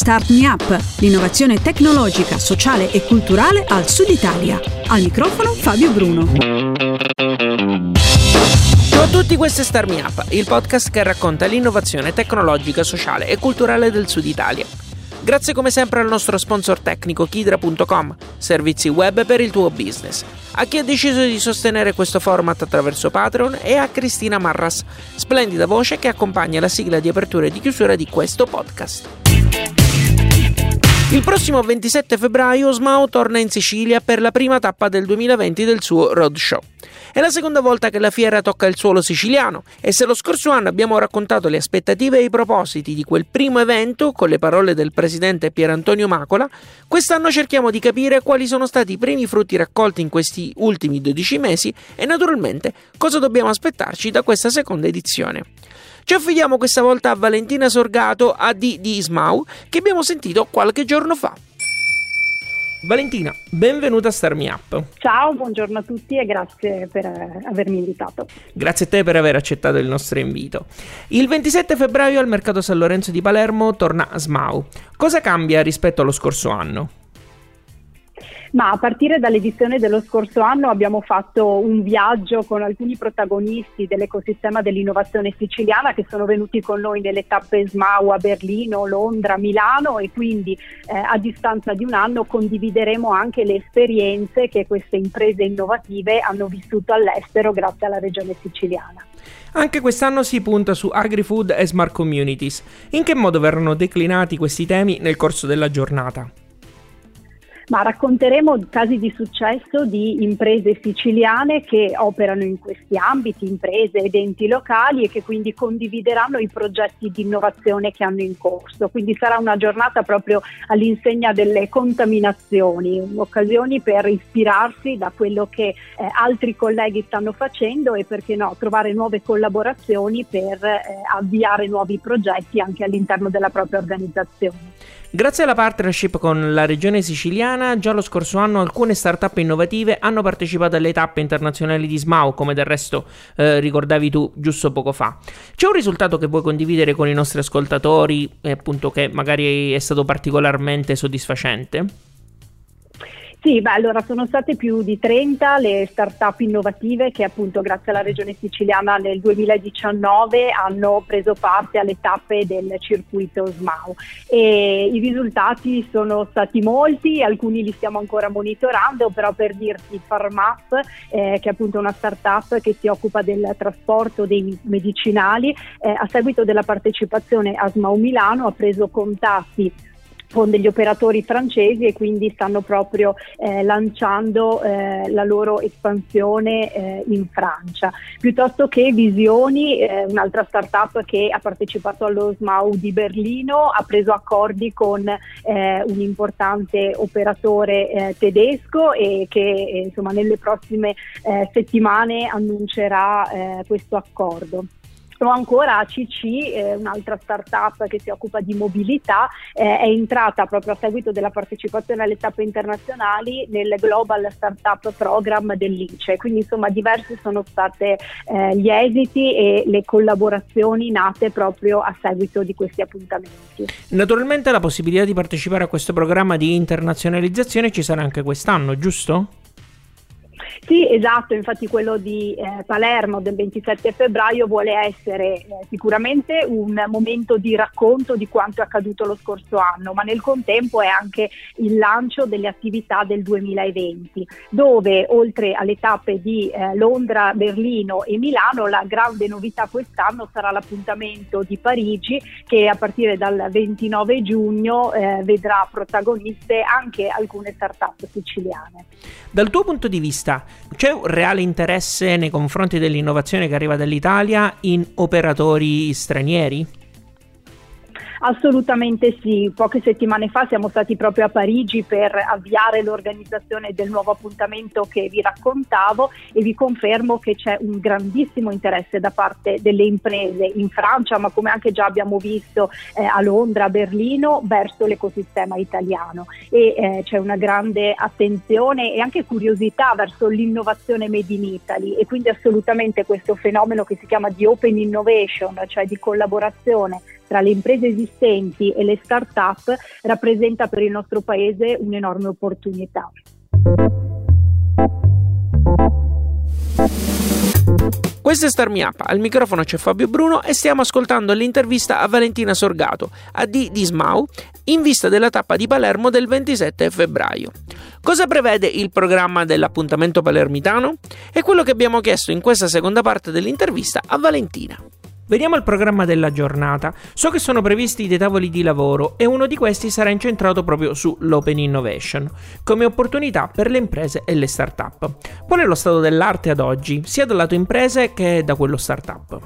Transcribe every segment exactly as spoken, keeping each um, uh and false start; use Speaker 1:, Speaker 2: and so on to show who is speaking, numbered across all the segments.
Speaker 1: Start Me Up, l'innovazione tecnologica, sociale e culturale al Sud Italia. Al microfono Fabio Bruno.
Speaker 2: Ciao a tutti, questo è Start Me Up, il podcast che racconta l'innovazione tecnologica, sociale e culturale del Sud Italia. Grazie come sempre al nostro sponsor tecnico Kidra punto com, servizi web per il tuo business, a chi ha deciso di sostenere questo format attraverso Patreon e a Cristina Marras, splendida voce che accompagna la sigla di apertura e di chiusura di questo podcast. Il prossimo ventisette febbraio Smau torna in Sicilia per la prima tappa del duemilaventi del suo roadshow. È la seconda volta che la fiera tocca il suolo siciliano e se lo scorso anno abbiamo raccontato le aspettative e i propositi di quel primo evento con le parole del presidente Pierantonio Macola, quest'anno cerchiamo di capire quali sono stati i primi frutti raccolti in questi ultimi dodici mesi e naturalmente cosa dobbiamo aspettarci da questa seconda edizione. Ci affidiamo questa volta a Valentina Sorgato, A D di Smau, che abbiamo sentito qualche giorno fa. Valentina, benvenuta a Start Me Up.
Speaker 3: Ciao, buongiorno a tutti e grazie per avermi invitato.
Speaker 2: Grazie a te per aver accettato il nostro invito. Il ventisette febbraio al Mercato San Lorenzo di Palermo torna Smau. Cosa cambia rispetto allo scorso anno?
Speaker 3: Ma a partire dall'edizione dello scorso anno abbiamo fatto un viaggio con alcuni protagonisti dell'ecosistema dell'innovazione siciliana che sono venuti con noi nelle tappe Smau a Berlino, Londra, Milano e quindi eh, a distanza di un anno condivideremo anche le esperienze che queste imprese innovative hanno vissuto all'estero grazie alla regione siciliana.
Speaker 2: Anche quest'anno si punta su agri-food e smart communities. In che modo verranno declinati questi temi nel corso della giornata?
Speaker 3: Ma racconteremo casi di successo di imprese siciliane che operano in questi ambiti, imprese ed enti locali e che quindi condivideranno i progetti di innovazione che hanno in corso. Quindi sarà una giornata proprio all'insegna delle contaminazioni, occasioni per ispirarsi da quello che eh, altri colleghi stanno facendo e perché no, trovare nuove collaborazioni per eh, avviare nuovi progetti anche all'interno della propria organizzazione.
Speaker 2: Grazie alla partnership con la regione siciliana, già lo scorso anno alcune start-up innovative hanno partecipato alle tappe internazionali di Smau, come del resto eh, ricordavi tu giusto poco fa. C'è un risultato che vuoi condividere con i nostri ascoltatori, eh, appunto che magari è stato particolarmente soddisfacente?
Speaker 3: Sì, beh, allora sono state più di trenta le start-up innovative che appunto grazie alla regione siciliana nel duemiladiciannove hanno preso parte alle tappe del circuito Smau e i risultati sono stati molti, alcuni li stiamo ancora monitorando, però per dirti Farmap, eh, che è appunto una start-up che si occupa del trasporto dei medicinali, eh, a seguito della partecipazione a Smau Milano ha preso contatti con degli operatori francesi e quindi stanno proprio eh, lanciando eh, la loro espansione eh, in Francia. Piuttosto che Visioni, eh, un'altra startup che ha partecipato allo Smau di Berlino, ha preso accordi con eh, un importante operatore eh, tedesco e che eh, insomma nelle prossime eh, settimane annuncerà eh, questo accordo. O ancora A C C, eh, un'altra startup che si occupa di mobilità, eh, è entrata proprio a seguito della partecipazione alle tappe internazionali nel Global Startup Program dell'I N C E. Quindi insomma diversi sono state eh, gli esiti e le collaborazioni nate proprio a seguito di questi appuntamenti.
Speaker 2: Naturalmente la possibilità di partecipare a questo programma di internazionalizzazione ci sarà anche quest'anno, giusto?
Speaker 3: Sì, esatto, infatti quello di eh, Palermo del ventisette febbraio vuole essere eh, sicuramente un momento di racconto di quanto è accaduto lo scorso anno, ma nel contempo è anche il lancio delle attività del duemilaventi, dove oltre alle tappe di eh, Londra, Berlino e Milano, la grande novità quest'anno sarà l'appuntamento di Parigi, che a partire dal ventinove giugno eh, vedrà protagoniste anche alcune start-up siciliane.
Speaker 2: Dal tuo punto di vista, c'è un reale interesse nei confronti dell'innovazione che arriva dall'Italia in operatori stranieri?
Speaker 3: Assolutamente sì, poche settimane fa siamo stati proprio a Parigi per avviare l'organizzazione del nuovo appuntamento che vi raccontavo e vi confermo che c'è un grandissimo interesse da parte delle imprese in Francia, ma come anche già abbiamo visto eh, a Londra, a Berlino, verso l'ecosistema italiano e eh, c'è una grande attenzione e anche curiosità verso l'innovazione made in Italy e quindi assolutamente questo fenomeno che si chiama di open innovation, cioè di collaborazione tra le imprese esistenti e le start-up rappresenta per il nostro paese un'enorme opportunità.
Speaker 2: Questo è Start Me Up, al microfono c'è Fabio Bruno e stiamo ascoltando l'intervista a Valentina Sorgato, A D di SMAU, in vista della tappa di Palermo del ventisette febbraio. Cosa prevede il programma dell'appuntamento palermitano? È quello che abbiamo chiesto in questa seconda parte dell'intervista a Valentina. Veniamo al programma della giornata. So che sono previsti dei tavoli di lavoro e uno di questi sarà incentrato proprio sull'Open Innovation, come opportunità per le imprese e le start-up. Qual è lo stato dell'arte ad oggi, sia dal lato imprese che da quello start-up?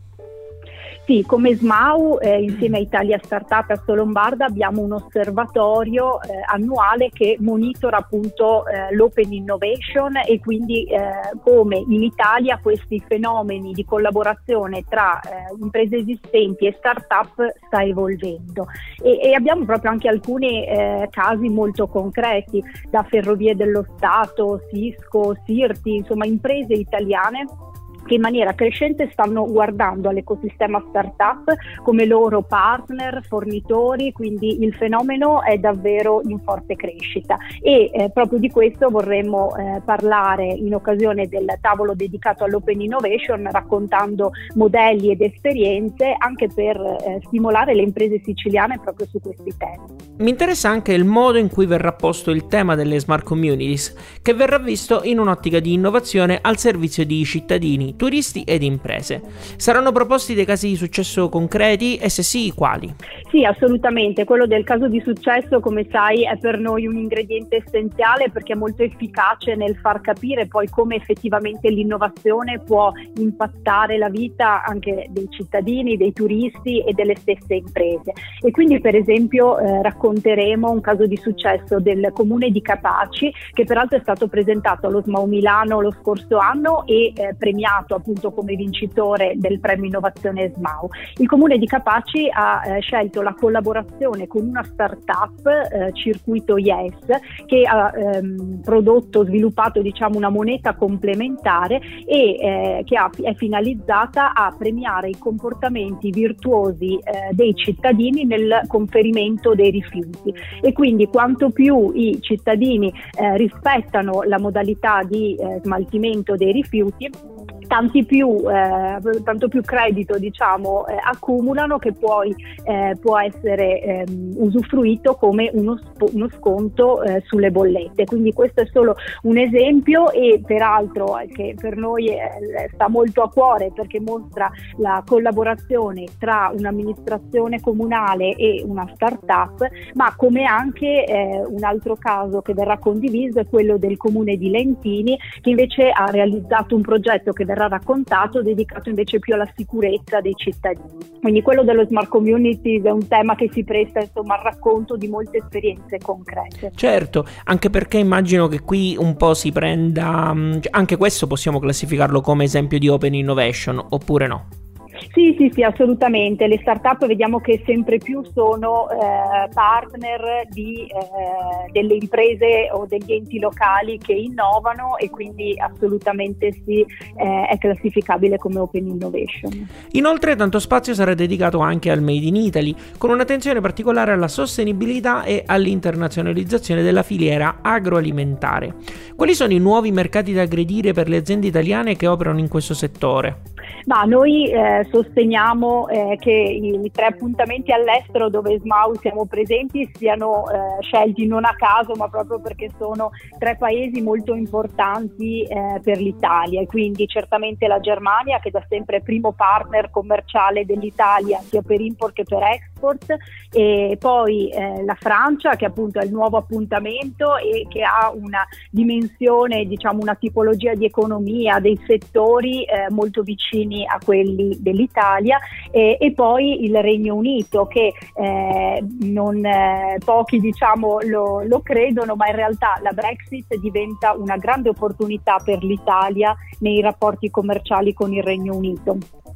Speaker 3: Sì, come SMAU, eh, insieme a Italia Startup e a Lombarda, abbiamo un osservatorio eh, annuale che monitora appunto eh, l'Open Innovation e quindi eh, come in Italia questi fenomeni di collaborazione tra eh, imprese esistenti e startup sta evolvendo. E, e abbiamo proprio anche alcuni eh, casi molto concreti, da Ferrovie dello Stato, Cisco, Sirti, insomma imprese italiane che in maniera crescente stanno guardando all'ecosistema startup come loro partner, fornitori, quindi il fenomeno è davvero in forte crescita e eh, proprio di questo vorremmo eh, parlare in occasione del tavolo dedicato all'Open Innovation, raccontando modelli ed esperienze anche per eh, stimolare le imprese siciliane proprio su questi temi.
Speaker 2: Mi interessa anche il modo in cui verrà posto il tema delle smart communities, che verrà visto in un'ottica di innovazione al servizio di cittadini, turisti ed imprese. Saranno proposti dei casi di successo concreti e se sì, quali?
Speaker 3: Sì, assolutamente. Quello del caso di successo, come sai, è per noi un ingrediente essenziale perché è molto efficace nel far capire poi come effettivamente l'innovazione può impattare la vita anche dei cittadini, dei turisti e delle stesse imprese. E quindi per esempio eh, racconteremo un caso di successo del comune di Capaci, che peraltro è stato presentato allo SMAU Milano lo scorso anno e eh, premiato appunto come vincitore del premio Innovazione SMAU. Il comune di Capaci ha eh, scelto la collaborazione con una startup, eh, Circuito Yes, che ha ehm, prodotto, sviluppato diciamo una moneta complementare e eh, che ha, è finalizzata a premiare i comportamenti virtuosi eh, dei cittadini nel conferimento dei rifiuti. E quindi quanto più i cittadini eh, rispettano la modalità di eh, smaltimento dei rifiuti, tanti più, eh, tanto più credito diciamo eh, accumulano, che poi eh, può essere eh, usufruito come uno, sp- uno sconto eh, sulle bollette. Quindi questo è solo un esempio e peraltro eh, che per noi eh, sta molto a cuore perché mostra la collaborazione tra un'amministrazione comunale e una startup, ma come anche eh, un altro caso che verrà condiviso è quello del comune di Lentini, che invece ha realizzato un progetto che verrà raccontato dedicato invece più alla sicurezza dei cittadini. Quindi quello dello smart communities è un tema che si presta insomma al racconto di molte esperienze concrete.
Speaker 2: Certo, anche perché immagino che qui un po' si prenda, anche questo possiamo classificarlo come esempio di open innovation, oppure no?
Speaker 3: Sì, sì, sì, assolutamente. Le start-up vediamo che sempre più sono eh, partner di, eh, delle imprese o degli enti locali che innovano e quindi assolutamente sì, eh, è classificabile come open innovation.
Speaker 2: Inoltre tanto spazio sarà dedicato anche al Made in Italy, con un'attenzione particolare alla sostenibilità e all'internazionalizzazione della filiera agroalimentare. Quali sono i nuovi mercati da aggredire per le aziende italiane che operano in questo settore?
Speaker 3: Ma noi eh, sosteniamo eh, che i tre appuntamenti all'estero dove SMAU siamo presenti siano eh, scelti non a caso, ma proprio perché sono tre paesi molto importanti eh, per l'Italia, e quindi certamente la Germania, che da sempre è primo partner commerciale dell'Italia sia per import che per export, e poi eh, la Francia, che appunto è il nuovo appuntamento e che ha una dimensione, diciamo una tipologia di economia, dei settori eh, molto vicini a quelli dell'Italia, eh, e poi il Regno Unito, che eh, non eh, pochi diciamo lo, lo credono, ma in realtà la Brexit diventa una grande opportunità per l'Italia nei rapporti commerciali con il Regno Unito.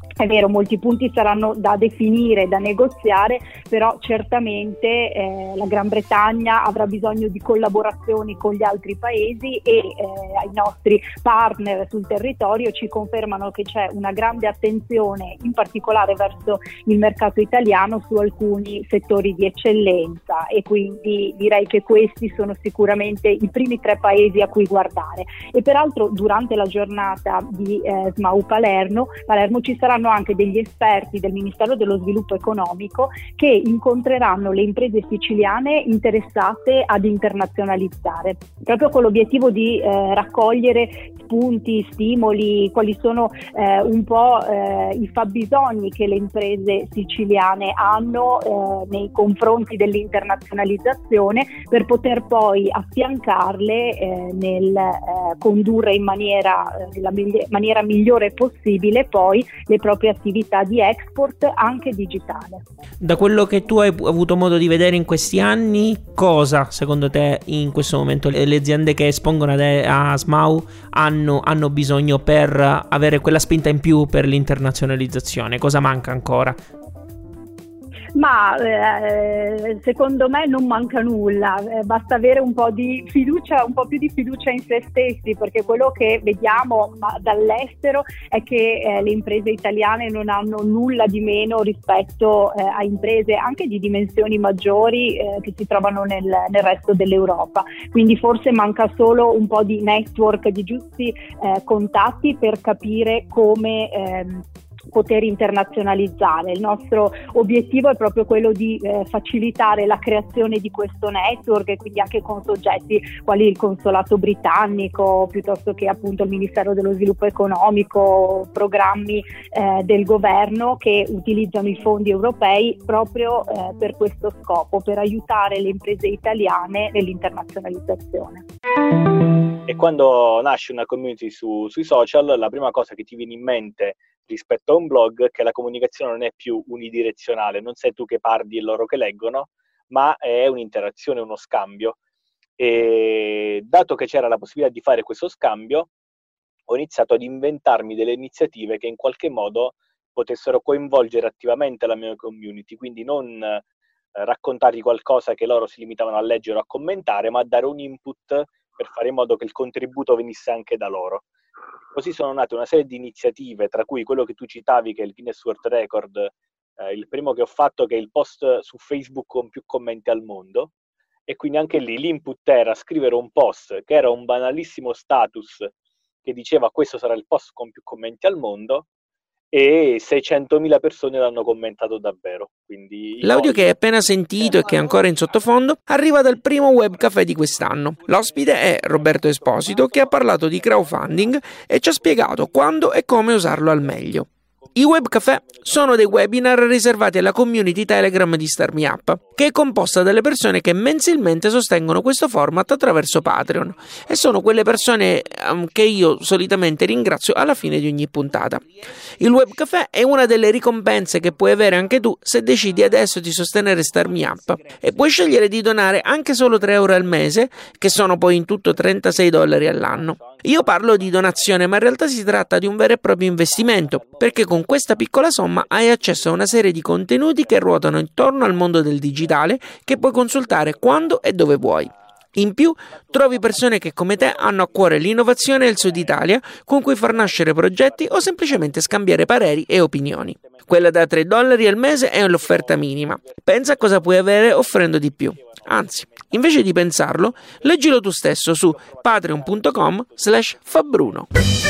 Speaker 3: È vero, molti punti saranno da definire, da negoziare, però certamente eh, la Gran Bretagna avrà bisogno di collaborazioni con gli altri paesi e eh, i nostri partner sul territorio ci confermano che c'è una grande attenzione, in particolare verso il mercato italiano, su alcuni settori di eccellenza, e quindi direi che questi sono sicuramente i primi tre paesi a cui guardare. E peraltro durante la giornata di eh, SMAU Palermo, Palermo ci saranno anche degli esperti del Ministero dello Sviluppo Economico che incontreranno le imprese siciliane interessate ad internazionalizzare, proprio con l'obiettivo di eh, raccogliere spunti, stimoli, quali sono eh, un po' eh, i fabbisogni che le imprese siciliane hanno eh, nei confronti dell'internazionalizzazione, per poter poi affiancarle eh, nel eh, condurre in maniera, eh, nella migli- maniera migliore possibile poi le proprie attività di export anche digitale.
Speaker 2: Da quello che tu hai avuto modo di vedere in questi anni, cosa secondo te in questo momento le aziende che espongono a SMAU hanno, hanno bisogno per avere quella spinta in più per l'internazionalizzazione? Cosa manca ancora?
Speaker 3: Ma eh, secondo me non manca nulla, eh, basta avere un po' di fiducia, un po' più di fiducia in se stessi, perché quello che vediamo ma, dall'estero è che eh, le imprese italiane non hanno nulla di meno rispetto eh, a imprese anche di dimensioni maggiori eh, che si trovano nel, nel resto dell'Europa. Quindi forse manca solo un po' di network, di giusti eh, contatti per capire come ehm, poter internazionalizzare. Il nostro obiettivo è proprio quello di eh, facilitare la creazione di questo network, e quindi anche con soggetti quali il consolato britannico, piuttosto che appunto il Ministero dello Sviluppo Economico, programmi eh, del governo che utilizzano i fondi europei proprio eh, per questo scopo, per aiutare le imprese italiane nell'internazionalizzazione.
Speaker 4: E quando nasce una community su, sui social, la prima cosa che ti viene in mente rispetto a un blog è che la comunicazione non è più unidirezionale, non sei tu che parli e loro che leggono, ma è un'interazione, uno scambio. E dato che c'era la possibilità di fare questo scambio, ho iniziato ad inventarmi delle iniziative che in qualche modo potessero coinvolgere attivamente la mia community, quindi non eh, raccontargli qualcosa che loro si limitavano a leggere o a commentare, ma a dare un input per fare in modo che il contributo venisse anche da loro. Così sono nate una serie di iniziative, tra cui quello che tu citavi, che è il Guinness World Record, eh, il primo che ho fatto, che è il post su Facebook con più commenti al mondo, e quindi anche lì l'input era scrivere un post che era un banalissimo status che diceva questo sarà il post con più commenti al mondo, e seicentomila persone l'hanno commentato davvero. Quindi
Speaker 2: l'audio che hai appena sentito e che è ancora in sottofondo arriva dal primo web café di quest'anno. L'ospite è Roberto Esposito, che ha parlato di crowdfunding e ci ha spiegato quando e come usarlo al meglio. I web café sono dei webinar riservati alla community Telegram di Start Me Up, che è composta dalle persone che mensilmente sostengono questo format attraverso Patreon, e sono quelle persone um, che io solitamente ringrazio alla fine di ogni puntata. Il web café è una delle ricompense che puoi avere anche tu se decidi adesso di sostenere Start Me Up, e puoi scegliere di donare anche solo tre euro al mese, che sono poi in tutto trentasei dollari all'anno. Io parlo di donazione, ma in realtà si tratta di un vero e proprio investimento, perché con questa piccola somma hai accesso a una serie di contenuti che ruotano intorno al mondo del digitale, che puoi consultare quando e dove vuoi. In più, trovi persone che come te hanno a cuore l'innovazione e il Sud Italia, con cui far nascere progetti o semplicemente scambiare pareri e opinioni. Quella da tre dollari al mese è l'offerta minima. Pensa a cosa puoi avere offrendo di più. Anzi, invece di pensarlo, leggilo tu stesso su patreon punto com slash fabbruno.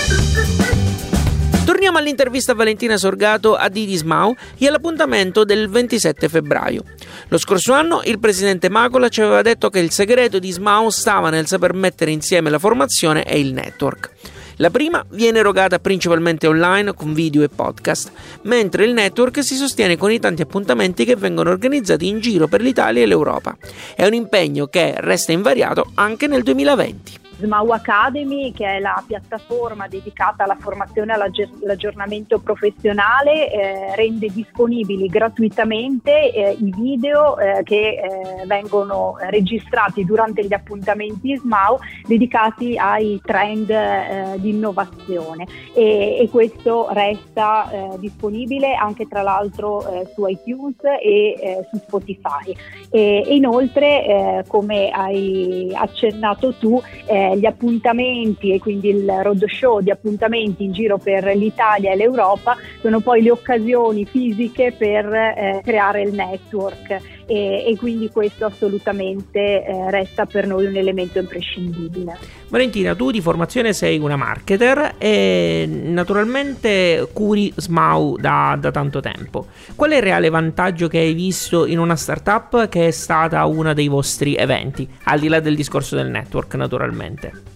Speaker 2: Torniamo all'intervista a Valentina Sorgato a Didi SMAU e all'appuntamento del ventisette febbraio. Lo scorso anno il presidente Macola ci aveva detto che il segreto di SMAU stava nel saper mettere insieme la formazione e il network. La prima viene erogata principalmente online con video e podcast, mentre il network si sostiene con i tanti appuntamenti che vengono organizzati in giro per l'Italia e l'Europa. È un impegno che resta invariato anche nel duemilaventi.
Speaker 3: SMAU Academy, che è la piattaforma dedicata alla formazione e all'aggiornamento professionale, eh, rende disponibili gratuitamente eh, i video eh, che eh, vengono registrati durante gli appuntamenti SMAU dedicati ai trend eh, di innovazione, e, e questo resta eh, disponibile anche tra l'altro eh, su iTunes e eh, su Spotify. E, e inoltre, eh, come hai accennato tu, eh, gli appuntamenti e quindi il roadshow di appuntamenti in giro per l'Italia e l'Europa sono poi le occasioni fisiche per eh, creare il network, e, e quindi questo assolutamente eh, resta per noi un elemento imprescindibile.
Speaker 2: Valentina, tu di formazione sei una marketer e naturalmente curi SMAU da, da tanto tempo. Qual è il reale vantaggio che hai visto in una startup che è stata uno dei vostri eventi, al di là del discorso del network naturalmente?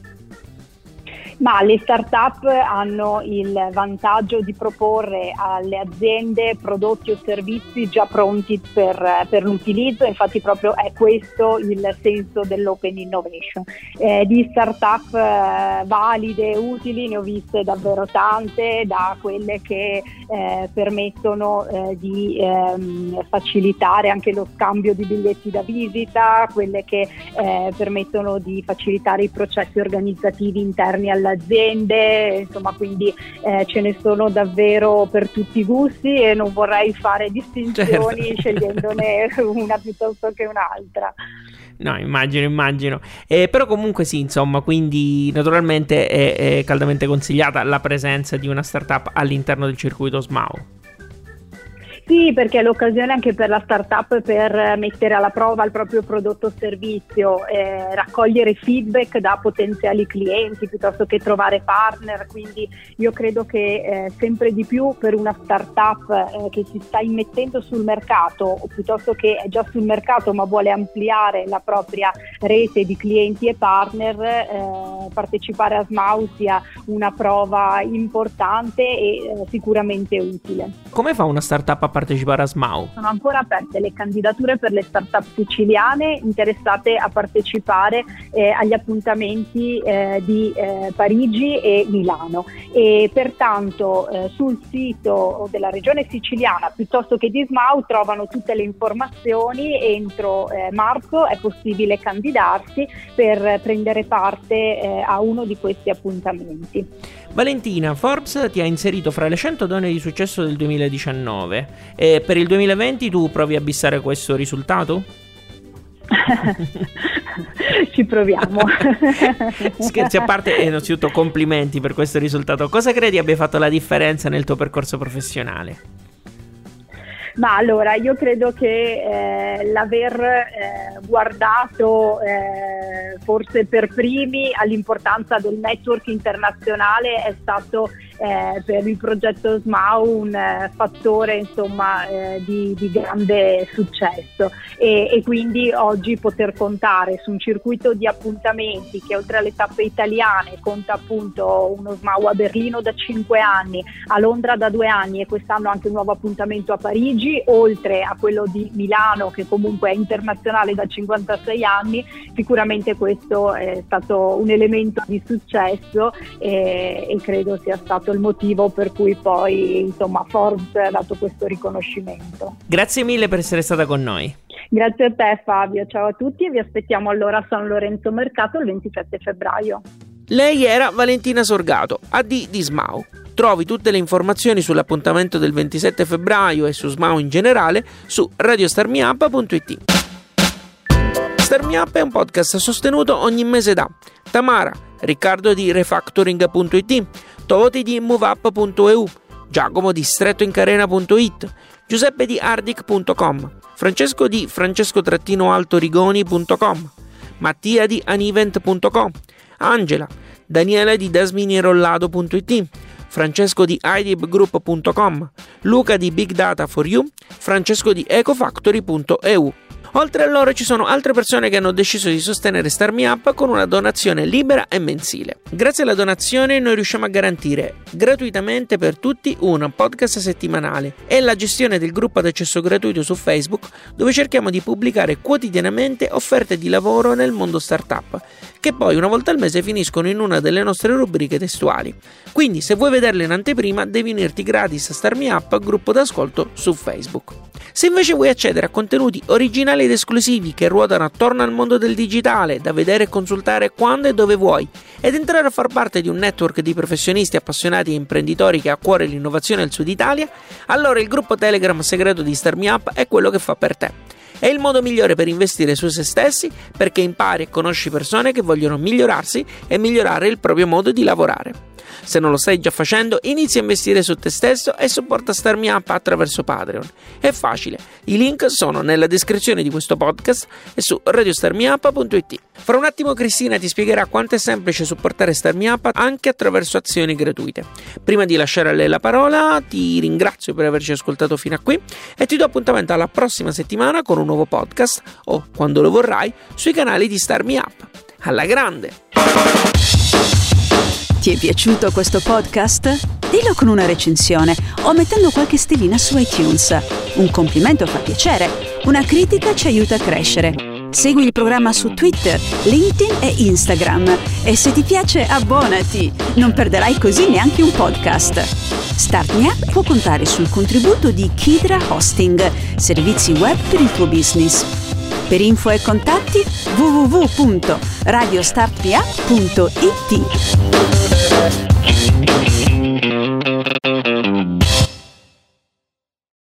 Speaker 3: Ma le start-up hanno il vantaggio di proporre alle aziende prodotti o servizi già pronti per, per l'utilizzo, infatti proprio è questo il senso dell'open innovation. Eh, di start-up eh, valide e utili ne ho viste davvero tante, da quelle che eh, permettono eh, di ehm, facilitare anche lo scambio di biglietti da visita, quelle che eh, permettono di facilitare i processi organizzativi interni alla aziende, insomma, quindi eh, ce ne sono davvero per tutti i gusti e non vorrei fare distinzioni, certo, scegliendone una piuttosto che un'altra.
Speaker 2: No, immagino, immagino. Eh, però comunque sì, insomma, quindi naturalmente è, è caldamente consigliata la presenza di una startup all'interno del circuito SMAU.
Speaker 3: Sì, perché è l'occasione anche per la startup per mettere alla prova il proprio prodotto o servizio, eh, raccogliere feedback da potenziali clienti piuttosto che trovare partner, quindi io credo che eh, sempre di più per una startup eh, che si sta immettendo sul mercato, o piuttosto che è già sul mercato ma vuole ampliare la propria rete di clienti e partner, eh, partecipare a SMAU sia una prova importante e eh, sicuramente utile.
Speaker 2: Come fa una startup a partecipare a SMAU?
Speaker 3: Sono ancora aperte le candidature per le start-up siciliane interessate a partecipare eh, agli appuntamenti eh, di eh, Parigi e Milano, e pertanto eh, sul sito della regione siciliana piuttosto che di SMAU trovano tutte le informazioni. Entro eh, marzo è possibile candidarsi per prendere parte eh, a uno di questi appuntamenti.
Speaker 2: Valentina, Forbes ti ha inserito fra le cento donne di successo del duemiladiciannove e per il duemilaventi tu provi a bissare questo risultato?
Speaker 3: Ci proviamo.
Speaker 2: Scherzi a parte, e innanzitutto complimenti per questo risultato. Cosa credi abbia fatto la differenza nel tuo percorso professionale?
Speaker 3: Ma allora, io credo che eh, l'aver eh, guardato eh, forse per primi all'importanza del network internazionale è stato eh, per il progetto SMAU un eh, fattore, insomma, eh, di, di grande successo, e, e quindi oggi poter contare su un circuito di appuntamenti che oltre alle tappe italiane conta appunto uno SMAU a Berlino da cinque anni, a Londra da due anni e quest'anno anche un nuovo appuntamento a Parigi, oltre a quello di Milano che comunque è internazionale da cinquantasei anni, sicuramente questo è stato un elemento di successo e, e credo sia stato il motivo per cui poi insomma Forbes ha dato questo riconoscimento.
Speaker 2: Grazie mille per essere stata con noi.
Speaker 3: Grazie a te Fabio, ciao a tutti e vi aspettiamo allora a San Lorenzo Mercato il ventisette febbraio.
Speaker 2: Lei era Valentina Sorgato, A D di SMAU. Trovi tutte le informazioni sull'appuntamento del ventisette febbraio e su SMAU in generale su radio star me up punto it. Star Me Up è un podcast sostenuto ogni mese da Tamara, Riccardo di refactoring punto it, Toti di moveup punto e u, Giacomo di strettoincarena punto it, Giuseppe di ardic punto com, Francesco di francesco alto rigoni punto com, Mattia di anivent punto com, Angela, Daniele di dasminierollado punto it, Francesco di idibgroup punto com, Luca di big data for you, Francesco di ecofactory punto e u. Oltre a loro ci sono altre persone che hanno deciso di sostenere Start Me Up con una donazione libera e mensile. Grazie alla donazione noi riusciamo a garantire gratuitamente per tutti un podcast settimanale e la gestione del gruppo ad accesso gratuito su Facebook, dove cerchiamo di pubblicare quotidianamente offerte di lavoro nel mondo startup, che poi una volta al mese finiscono in una delle nostre rubriche testuali. Quindi se vuoi vederle in anteprima devi unirti gratis a Start Me Up, gruppo d'ascolto su Facebook. Se invece vuoi accedere a contenuti originali ed esclusivi che ruotano attorno al mondo del digitale, da vedere e consultare quando e dove vuoi, ed entrare a far parte di un network di professionisti appassionati e imprenditori che ha a cuore l'innovazione al Sud Italia, allora il gruppo Telegram segreto di Start Me Up è quello che fa per te. È il modo migliore per investire su se stessi, perché impari e conosci persone che vogliono migliorarsi e migliorare il proprio modo di lavorare. Se non lo stai già facendo, inizia a investire su te stesso e supporta Start Me Up attraverso Patreon. È facile, i link sono nella descrizione di questo podcast e su radio start me up punto it. Fra un attimo Cristina ti spiegherà quanto è semplice supportare Start Me Up anche attraverso azioni gratuite. Prima di lasciare a lei la parola, ti ringrazio per averci ascoltato fino a qui e ti do appuntamento alla prossima settimana con un nuovo podcast o, quando lo vorrai, sui canali di Start Me Up. Alla grande!
Speaker 1: Ti è piaciuto questo podcast? Dillo con una recensione o mettendo qualche stellina su iTunes. Un complimento fa piacere, una critica ci aiuta a crescere. Segui il programma su Twitter, LinkedIn e Instagram e se ti piace abbonati, non perderai così neanche un podcast. Start Me Up può contare sul contributo di Kidra Hosting, servizi web per il tuo business. Per info e contatti w w w punto radio start me up punto it.